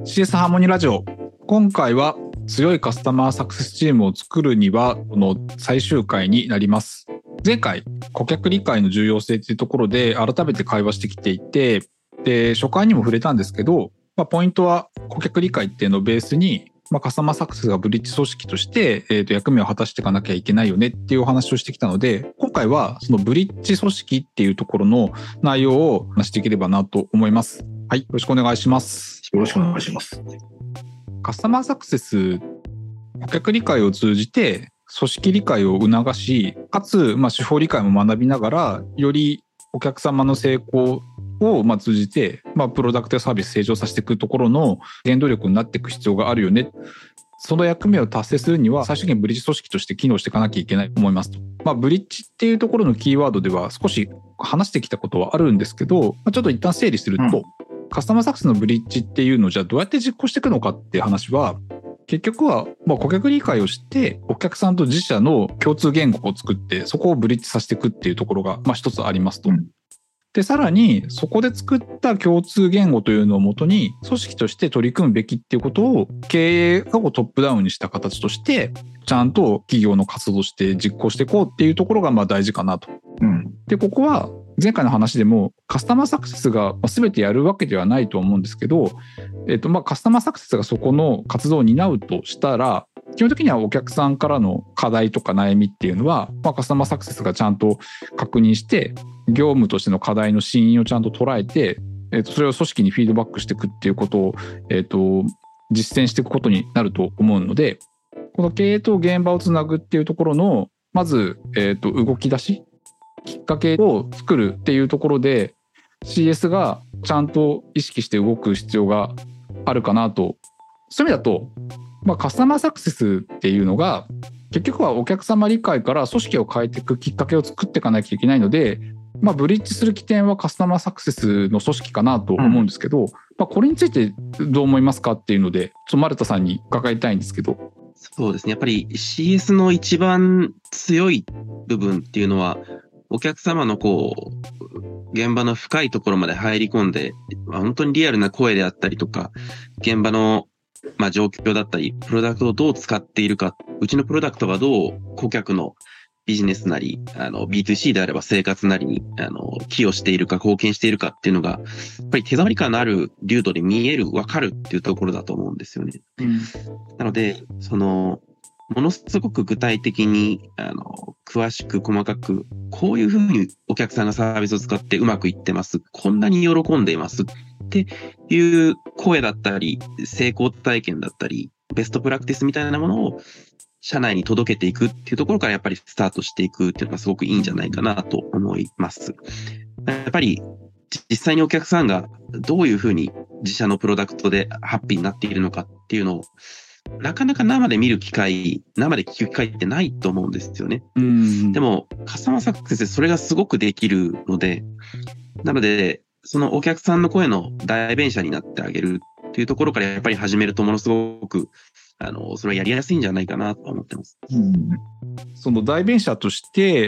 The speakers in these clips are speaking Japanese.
CS ハーモニーラジオ。今回は強いカスタマーサクセスチームを作るにはの最終回になります。前回顧客理解の重要性というところで改めて会話してきていて、で初回にも触れたんですけど、ポイントは顧客理解っていうのをベースに、カスタマーサクセスがブリッジ組織として、役目を果たしていかなきゃいけないよねっていうお話をしてきたので、今回はそのブリッジ組織っていうところの内容を話していければなと思います。はい、よろしくお願いします。 よろしくお願いします。 カスタマーサクセス、顧客理解を通じて組織理解を促し、かつ、手法理解も学びながら、よりお客様の成功を通じて、プロダクトやサービス成長させていくところの原動力になっていく必要があるよね。その役目を達成するには最終的にブリッジ組織として機能していかなきゃいけないと思いますと。ブリッジっていうところのキーワードでは少し話してきたことはあるんですけど、ちょっと一旦整理すると、カスタマーサクセスのブリッジっていうのをじゃあどうやって実行していくのかっていう話は、結局は顧客理解をしてお客さんと自社の共通言語を作ってそこをブリッジさせていくっていうところが一つありますと。でさらにそこで作った共通言語というのをもとに組織として取り組むべきっていうことを経営をトップダウンにした形としてちゃんと企業の活動として実行していこうっていうところが大事かなと。でここは前回の話でもカスタマーサクセスが全てやるわけではないと思うんですけど、カスタマーサクセスがそこの活動を担うとしたら、基本的にはお客さんからの課題とか悩みっていうのは、カスタマーサクセスがちゃんと確認して業務としての課題の真意をちゃんと捉えて、それを組織にフィードバックしていくっていうことを、実践していくことになると思うので、この経営と現場をつなぐっていうところのまず、動き出しきっかけを作るっていうところで CS がちゃんと意識して動く必要があるかなと。そういう意味だと、カスタマーサクセスっていうのが結局はお客様理解から組織を変えていくきっかけを作っていかなきゃいけないので、ブリッジする起点はカスタマーサクセスの組織かなと思うんですけど、これについてどう思いますかっていうので丸田さんに伺いたいんですけど。 そうですね、やっぱり CS の一番強い部分っていうのはお客様の現場の深いところまで入り込んで、本当にリアルな声であったりとか、現場の状況だったり、プロダクトをどう使っているか、うちのプロダクトがどう顧客のビジネスなり、B2C であれば生活なりに、寄与しているか、貢献しているかっていうのが、やっぱり手触り感のある流度で見える、わかるっていうところだと思うんですよね。なので、ものすごく具体的に、詳しく細かく、こういうふうにお客さんがサービスを使ってうまくいってます。こんなに喜んでいます。っていう声だったり、成功体験だったり、ベストプラクティスみたいなものを社内に届けていくっていうところからやっぱりスタートしていくっていうのがすごくいいんじゃないかなと思います。やっぱり実際にお客さんがどういうふうに自社のプロダクトでハッピーになっているのかっていうのをなかなか生で見る機会、生で聞く機会ってないと思うんですよね。でも、カスタマーサクセスでそれがすごくできるので、なので、そのお客さんの声の代弁者になってあげるっていうところからやっぱり始めるとものすごく、それはやりやすいんじゃないかなと思ってます。 その代弁者として、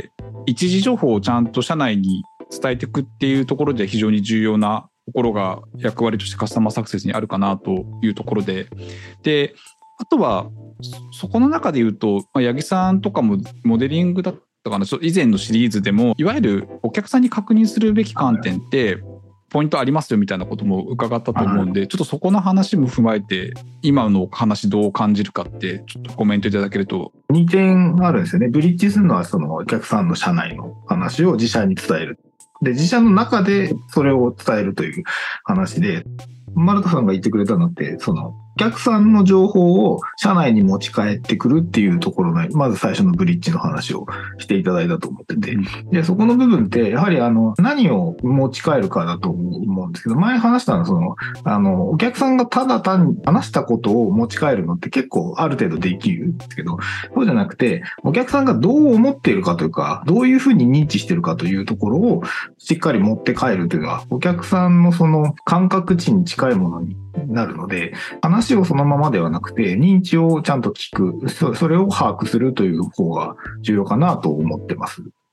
一時情報をちゃんと社内に伝えていくっていうところで非常に重要なところが役割としてカスタマーサクセスにあるかなというところで、あとはそこの中で言うと、八木さんとかもモデリングだったかな、以前のシリーズでもいわゆるお客さんに確認するべき観点ってポイントありますよみたいなことも伺ったと思うんで、ちょっとそこの話も踏まえて今の話どう感じるかってちょっとコメントいただけると。 2点あるんですよね。ブリッジするのはそのお客さんの社内の話を自社に伝える。で、自社の中でそれを伝えるという話で、丸田さんが言ってくれたのって、お客さんの情報を社内に持ち帰ってくるっていうところの、まず最初のブリッジの話をしていただいたと思ってて。で、そこの部分って、やはり何を持ち帰るかだと思うんですけど、前話したのは、お客さんがただ単に話したことを持ち帰るのって結構ある程度できるんですけど、そうじゃなくて、お客さんがどう思っているかというか、どういうふうに認知しているかというところをしっかり持って帰るというのは、お客さんの感覚値に近いものになるので、話をそのままではなくて認知をちゃんと聞く、それを把握するという方が重要かなと思ってます。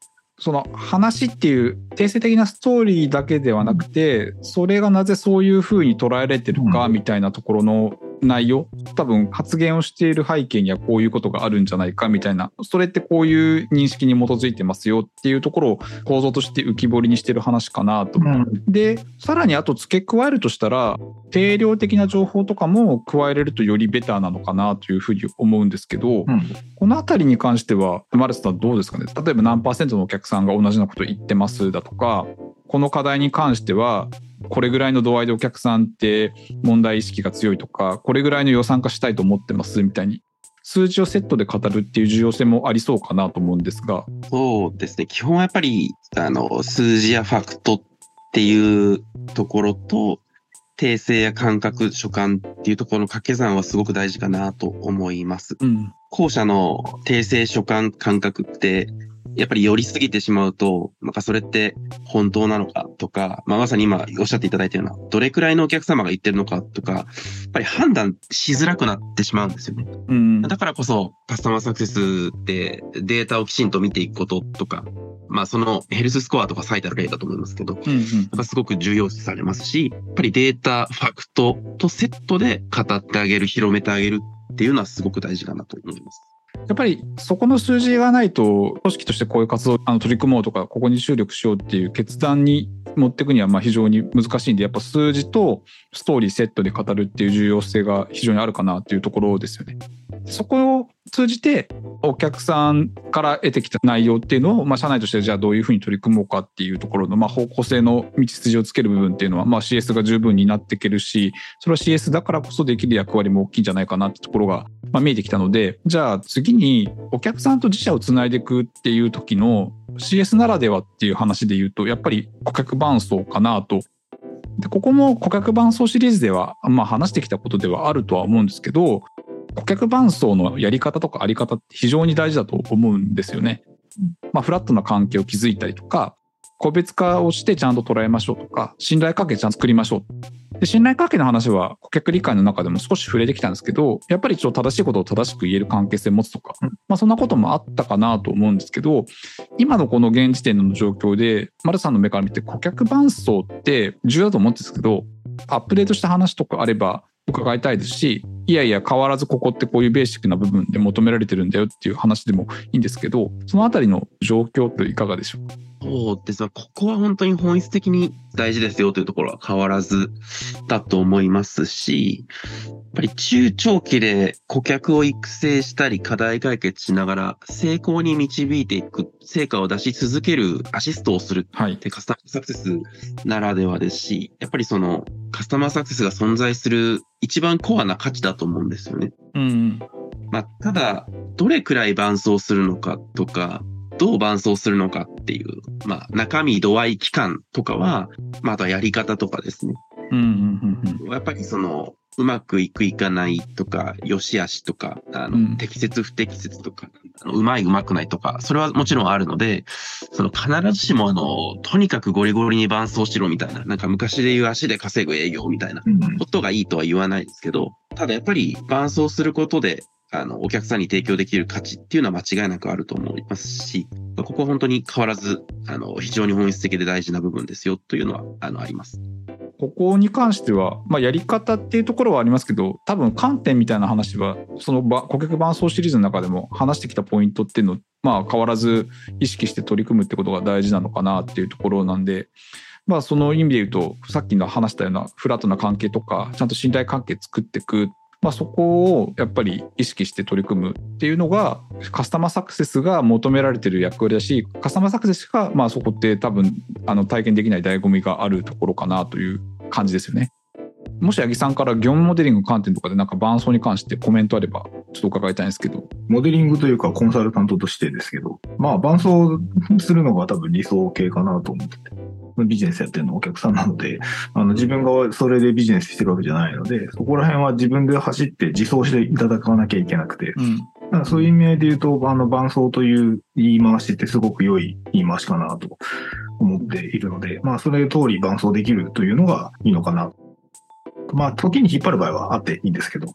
その話っていう定性的なストーリーだけではなくて、それがなぜそういうふうに捉えられてるかみたいなところの内容、多分発言をしている背景にはこういうことがあるんじゃないかみたいな、それってこういう認識に基づいてますよっていうところを構造として浮き彫りにしてる話かなと。でさらにあと付け加えるとしたら、定量的な情報とかも加えれるとよりベターなのかなというふうに思うんですけど、このあたりに関してはマルスさんどうですかね。例えば何%のお客さんが同じようなことを言ってますだとか、この課題に関してはこれぐらいの度合いでお客さんって問題意識が強いとか、これぐらいの予算化したいと思ってますみたいに数字をセットで語るっていう重要性もありそうかなと思うんですが。 そうですね。基本はやっぱり数字やファクトっていうところと定性や感覚所感っていうところの掛け算はすごく大事かなと思います。後者の定性所感感覚ってやっぱり寄りすぎてしまうと、なんかそれって本当なのかとか、まさに今おっしゃっていただいたような、どれくらいのお客様が言ってるのかとか、やっぱり判断しづらくなってしまうんですよね。だからこそカスタマーサクセスってデータをきちんと見ていくこととか、そのヘルススコアとか最たる例だと思いますけど、やっぱすごく重要視されますし、やっぱりデータ、ファクトとセットで語ってあげる、広めてあげるっていうのはすごく大事かなと思います。 やっぱりそこの数字がないと、組織としてこういう活動取り組もうとか、ここに注力しようっていう決断に持っていくには非常に難しいんで、やっぱ数字とストーリーセットで語るっていう重要性が非常にあるかなっていうところですよね。そこを通じてお客さんから得てきた内容っていうのを、社内としてじゃあどういうふうに取り組もうかっていうところの、方向性の道筋をつける部分っていうのは、CS が十分になっていけるし、それは CS だからこそできる役割も大きいんじゃないかなってところが、見えてきたので、じゃあ次にお客さんと自社をつないでいくっていう時の CS ならではっていう話で言うと、やっぱり顧客伴走かなと。でここも顧客伴走シリーズでは、話してきたことではあるとは思うんですけど、顧客伴走のやり方とかあり方って非常に大事だと思うんですよね。フラットな関係を築いたりとか、個別化をしてちゃんと捉えましょうとか、信頼関係ちゃんと作りましょう。で信頼関係の話は顧客理解の中でも少し触れてきたんですけど、やっぱり正しいことを正しく言える関係性を持つとか、そんなこともあったかなと思うんですけど、今のこの現時点の状況で丸さんの目から見て顧客伴走って重要だと思うんですけど、アップデートした話とかあれば伺いたいですし、いやいや変わらずここってこういうベーシックな部分で求められてるんだよっていう話でもいいんですけど、そのあたりの状況っていかがでしょうか。 そうですね。ここは本当に本質的に大事ですよというところは変わらずだと思いますし、やっぱり中長期で顧客を育成したり課題解決しながら成功に導いていく、成果を出し続けるアシストをするってカスタマーサクセスならではですし、やっぱりそのカスタマーサクセスが存在する一番コアな価値だと思うんですよね。ただ、どれくらい伴走するのかとか、どう伴走するのかっていう、中身、度合い、期間とかは、あとはやり方とかですね。やっぱりその、うまくいくいかないとか、良し悪しとか、適切不適切とか、うまいうまくないとか、それはもちろんあるので、その必ずしもとにかくゴリゴリに伴走しろみたいな、なんか昔で言う足で稼ぐ営業みたいなことがいいとは言わないですけど、ただやっぱり伴走することで、お客さんに提供できる価値っていうのは間違いなくあると思いますし、ここは本当に変わらず、非常に本質的で大事な部分ですよというのは、あります。 ここに関しては、やり方っていうところはありますけど、多分観点みたいな話は、その顧客伴走シリーズの中でも話してきたポイントっていうのを、変わらず意識して取り組むってことが大事なのかなっていうところなんで、その意味で言うと、さっきの話したようなフラットな関係とか、ちゃんと信頼関係作っていく。そこをやっぱり意識して取り組むっていうのがカスタマーサクセスが求められている役割だし、カスタマーサクセスがそこって多分体験できない醍醐味があるところかなという感じですよね。もし八木さんから業務モデリング観点とかで伴走に関してコメントあればちょっと伺いたいんですけど。 モデリングというかコンサルタントとしてですけど、伴走するのが多分理想系かなと思ってて。ビジネスやってるのはお客さんなので、自分がそれでビジネスしてるわけじゃないので、そこら辺は自分で走って自走していただかなきゃいけなくて、だからそういう意味合いで言うと、伴走という言い回しってすごく良い言い回しかなと思っているので、それ通り伴走できるというのがいいのかな。時に引っ張る場合はあっていいんですけど、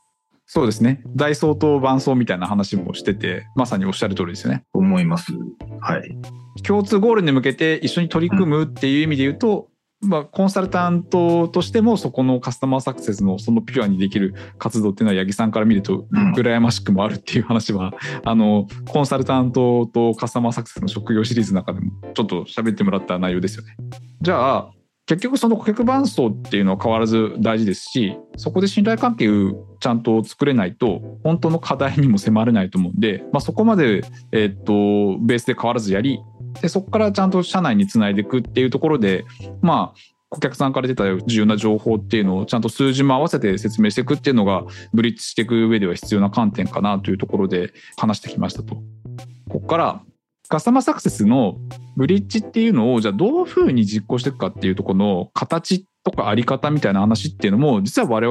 そうですね。大層と伴奏みたいな話もしてて、まさにおっしゃる通りですよね。 思います。はい。 共通ゴールに向けて一緒に取り組むっていう意味で言うと、コンサルタントとしてもそこのカスタマーサクセスのそのピュアにできる活動っていうのは八木さんから見ると羨ましくもあるっていう話は、コンサルタントとカスタマーサクセスの職業シリーズの中でもちょっと喋ってもらった内容ですよね。じゃあ結局その顧客伴走っていうのは変わらず大事ですし、そこで信頼関係をちゃんと作れないと本当の課題にも迫れないと思うんで、そこまで、ベースで変わらずやり、でそこからちゃんと社内につないでいくっていうところで、顧客さんから出た重要な情報っていうのをちゃんと数字も合わせて説明していくっていうのがブリッジしていく上では必要な観点かなというところで話してきましたと。ここからカスタマーサクセスのブリッジっていうのをじゃあどういうふうに実行していくかっていうところの形とかあり方みたいな話っていうのも実は我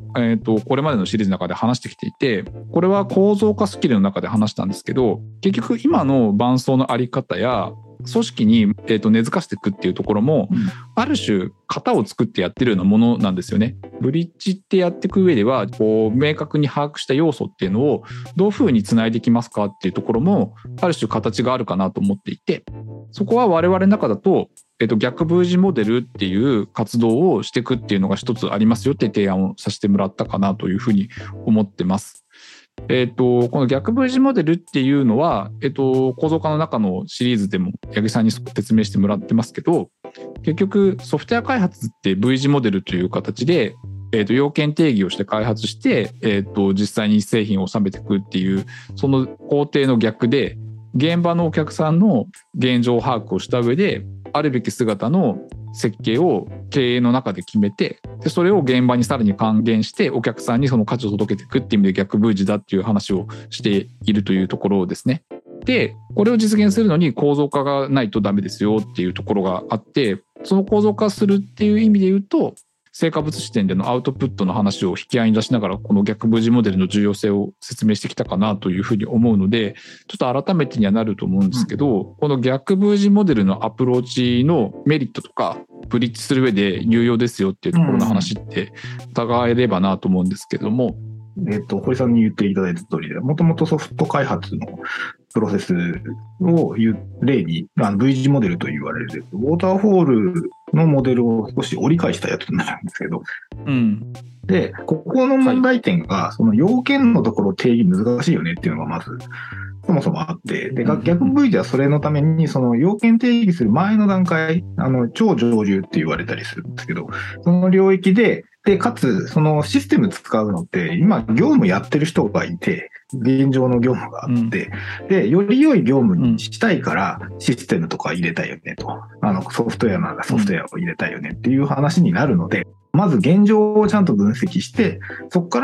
々、これまでのシリーズの中で話してきていて、これは構造化スキルの中で話したんですけど、結局今の伴走のあり方や組織に、根付かしていくっていうところも、ある種型を作ってやってるようなものなんですよね。ブリッジってやっていく上では明確に把握した要素っていうのをどういうふうにつないでいきますかっていうところもある種形があるかなと思っていて、そこは我々の中だと、逆 V 字モデルっていう活動をしていくっていうのが一つありますよって提案をさせてもらったかなというふうに思ってます。この逆 V 字モデルっていうのは、構造化の中のシリーズでも八木さんに説明してもらってますけど、結局ソフトウェア開発って V 字モデルという形で、要件定義をして開発して、実際に製品を収めていくっていうその工程の逆で、現場のお客さんの現状把握をした上であるべき姿の設計を経営の中で決めて、でそれを現場にさらに還元してお客さんにその価値を届けていくっていう意味で逆 V 字だっていう話をしているというところですね。でこれを実現するのに構造化がないとダメですよっていうところがあって、その構造化するっていう意味で言うと成果物視点でのアウトプットの話を引き合いに出しながらこの逆 V 字モデルの重要性を説明してきたかなというふうに思うので、ちょっと改めてにはなると思うんですけど、この逆 V 字モデルのアプローチのメリットとかブリッジする上で有用ですよっていうところの話って疑えればなと思うんですけども、 堀さんに言っていただいた通りで、もともとソフト開発のプロセスを言う例に、V 字モデルと言われる、ウォーターフォールのモデルを少し折り返したやつになるんですけど、で、ここの問題点が、その要件のところ定義難しいよねっていうのがまず、そもそもあって、で、逆 V ではそれのために、その要件定義する前の段階、超上流って言われたりするんですけど、その領域で、かつ、そのシステム使うのって、今、業務やってる人がいて、現状の業務があって、で、より良い業務にしたいから、システムとか入れたいよねと。ソフトウェアならソフトウェアを入れたいよねっていう話になるので、まず現状をちゃんと分析して、そこから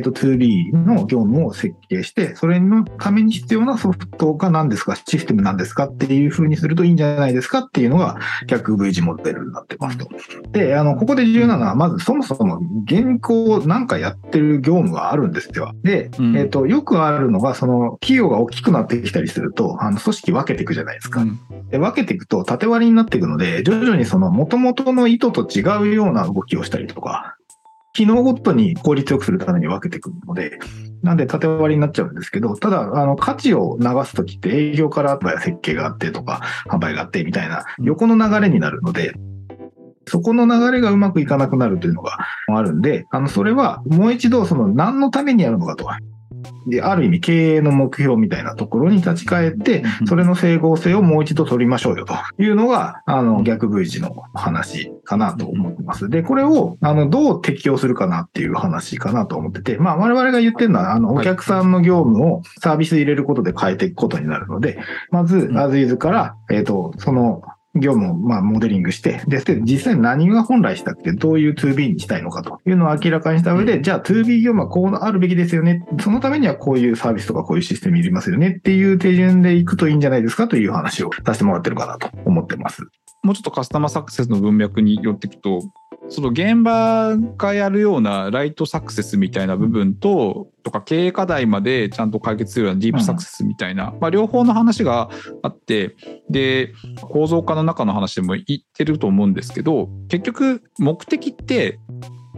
、2B の業務を設計して、それのために必要なソフトが何ですか、システムなんですかっていう風にするといいんじゃないですかっていうのが逆 V 字モデルになってますと。で、ここで重要なのは、まずそもそも現行なんかやってる業務があるんですよ。で、よくあるのが、その企業が大きくなってきたりすると、組織分けていくじゃないですか。で、分けていくと縦割りになっていくので、徐々にその元々の意図と違うような動きをしたりとか、機能ごとに効率よくするために分けていくので、なんで縦割りになっちゃうんですけど、ただ、価値を流すときって営業から設計があってとか、販売があってみたいな横の流れになるので、そこの流れがうまくいかなくなるというのがあるんで、それはもう一度その何のためにやるのかと。で、ある意味経営の目標みたいなところに立ち返って、それの整合性をもう一度取りましょうよというのが、逆 V 字の話かなと思ってます。で、これを、どう適用するかなっていう話かなと思ってて、我々が言ってるのは、お客さんの業務をサービス入れることで変えていくことになるので、まず、as is から、その、業務をモデリングして、で、実際何が本来したくてどういう 2B にしたいのかというのを明らかにした上で、じゃあ 2B 業務はこうあるべきですよね。そのためにはこういうサービスとかこういうシステムいりますよねっていう手順でいくといいんじゃないですかという話をさせてもらってるかなと思ってます。 もうちょっとカスタマーサクセスの文脈に寄っていくと、その現場がやるようなライトサクセスみたいな部分とか経営課題までちゃんと解決するようなディープサクセスみたいな、両方の話があって、で構造化の中の話でも言ってると思うんですけど、結局目的って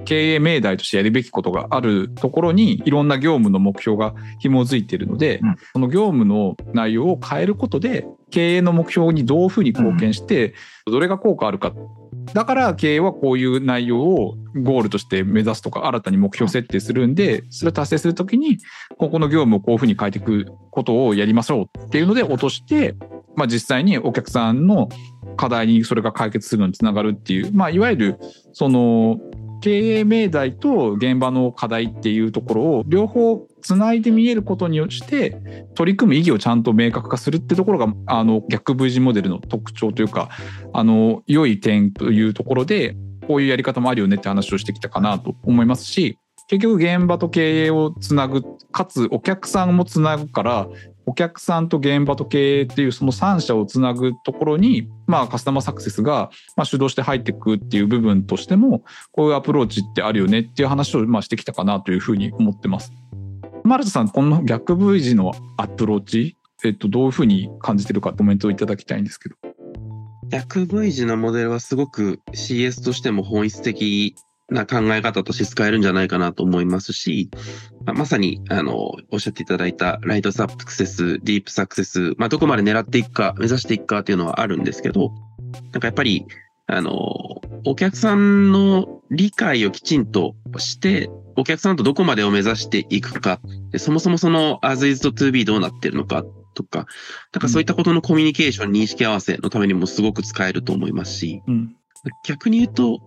経営命題としてやるべきことがあるところにいろんな業務の目標が紐づいているので、その業務の内容を変えることで経営の目標にどういうふうに貢献してどれが効果あるか。だから経営はこういう内容をゴールとして目指すとか新たに目標設定するんで、それを達成するときにここの業務をこういうふうに変えていくことをやりましょうっていうので落として、実際にお客さんの課題にそれが解決するのにつながるっていう、いわゆるその経営命題と現場の課題っていうところを両方つないで見えることにして取り組む意義をちゃんと明確化するってところが逆 V 字モデルの特徴というか良い点というところで、こういうやり方もあるよねって話をしてきたかなと思いますし、結局現場と経営をつなぐ、かつお客さんもつなぐから、お客さんと現場と経営っていうその3者をつなぐところに、カスタマーサクセスが主導して入っていくっていう部分としても、こういうアプローチってあるよねっていう話をしてきたかなというふうに思ってます。丸田さん、この逆 V 字のアプローチ、どういうふうに感じてるかコメントをいただきたいんですけど。 逆 V 字のモデルはすごく CS としても本質的な考え方として使えるんじゃないかなと思いますし、まさに、おっしゃっていただいたライトサクセス、ディープサクセス、どこまで狙っていくか、目指していくかっていうのはあるんですけど、やっぱり、お客さんの理解をきちんとして、お客さんとどこまでを目指していくか、そもそもその as is to to be どうなってるのかとか、そういったことのコミュニケーション、認識合わせのためにもすごく使えると思いますし、逆に言うと、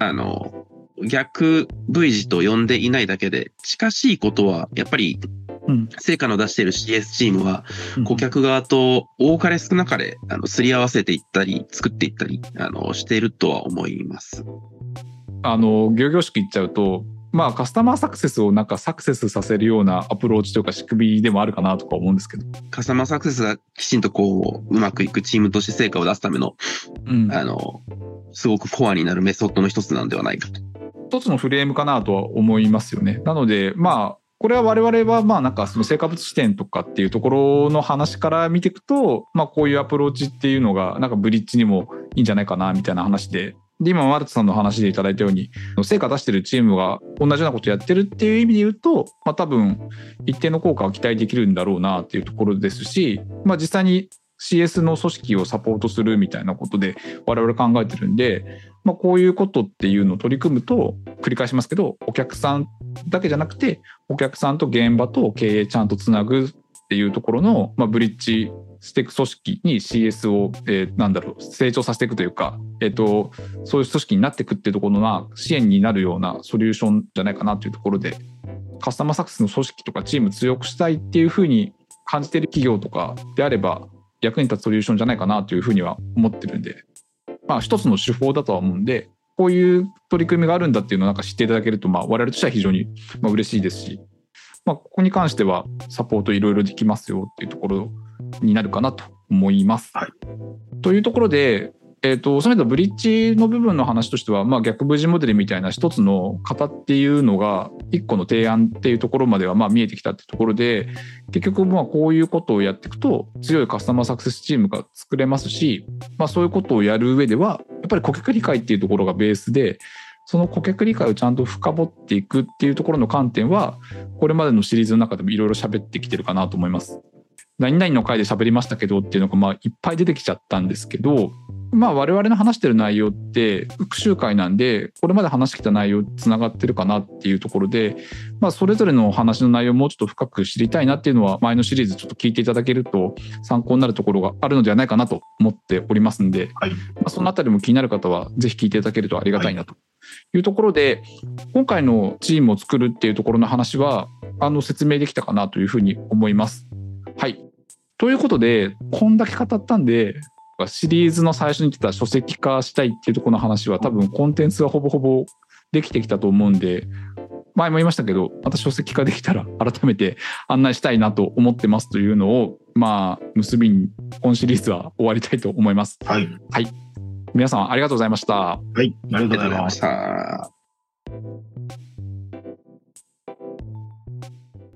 逆 V 字と呼んでいないだけで、近しいことは、やっぱり、成果の出している CS チームは、顧客側と多かれ少なかれ、すり合わせていったり、作っていったり、しているとは思います。 仰々しく言っちゃうと、カスタマーサクセスをサクセスさせるようなアプローチというか仕組みでもあるかなとか思うんですけど。 カスタマーサクセスがきちんとうまくいくチームとして成果を出すための、すごくコアになるメソッドの一つなんではないかと。 一つのフレームかなとは思いますよね。なので、これは我々はその成果物視点とかっていうところの話から見ていくと、こういうアプローチっていうのがブリッジにもいいんじゃないかなみたいな話で、今マルトさんの話でいただいたように成果出してるチームが同じようなことやってるっていう意味で言うと、多分一定の効果は期待できるんだろうなっていうところですし、実際に CS の組織をサポートするみたいなことで我々考えてるんで、こういうことっていうのを取り組むと、繰り返しますけど、お客さんだけじゃなくてお客さんと現場と経営ちゃんとつなぐっていうところの、ブリッジしていく組織に CS を、成長させていくというか、そういう組織になっていくっていうところの支援になるようなソリューションじゃないかなというところで、カスタマーサクセスの組織とかチーム強くしたいっていうふうに感じている企業とかであれば役に立つソリューションじゃないかなというふうには思ってるんで、一つの手法だとは思うんで、こういう取り組みがあるんだっていうのを知っていただけると、我々としては非常に嬉しいですし、ここに関してはサポートいろいろできますよっていうところになるかなと思います。というところで、そういう意味でブリッジの部分の話としては、逆 V 字モデルみたいな一つの型っていうのが一個の提案っていうところまでは見えてきたっていうところで、結局こういうことをやっていくと強いカスタマーサクセスチームが作れますし、そういうことをやる上ではやっぱり顧客理解っていうところがベースで、その顧客理解をちゃんと深掘っていくっていうところの観点はこれまでのシリーズの中でもいろいろ喋ってきてるかなと思います。何々の回で喋りましたけどっていうのがいっぱい出てきちゃったんですけど、我々の話してる内容って複数回なんで、これまで話してきた内容つながってるかなっていうところで、それぞれの話の内容をもうちょっと深く知りたいなっていうのは前のシリーズちょっと聞いていただけると参考になるところがあるのではないかなと思っておりますんで、そのあたりも気になる方はぜひ聞いていただけるとありがたいなというところで、今回のチームを作るっていうところの話は説明できたかなというふうに思います。ということで、こんだけ語ったんで、シリーズの最初に言ってた書籍化したいっていうところの話は多分コンテンツはほぼほぼできてきたと思うんで、前も言いましたけど、また書籍化できたら改めて案内したいなと思ってますというのを、結びに今シリーズは終わりたいと思います。皆さんありがとうございました。 ありがとうございました。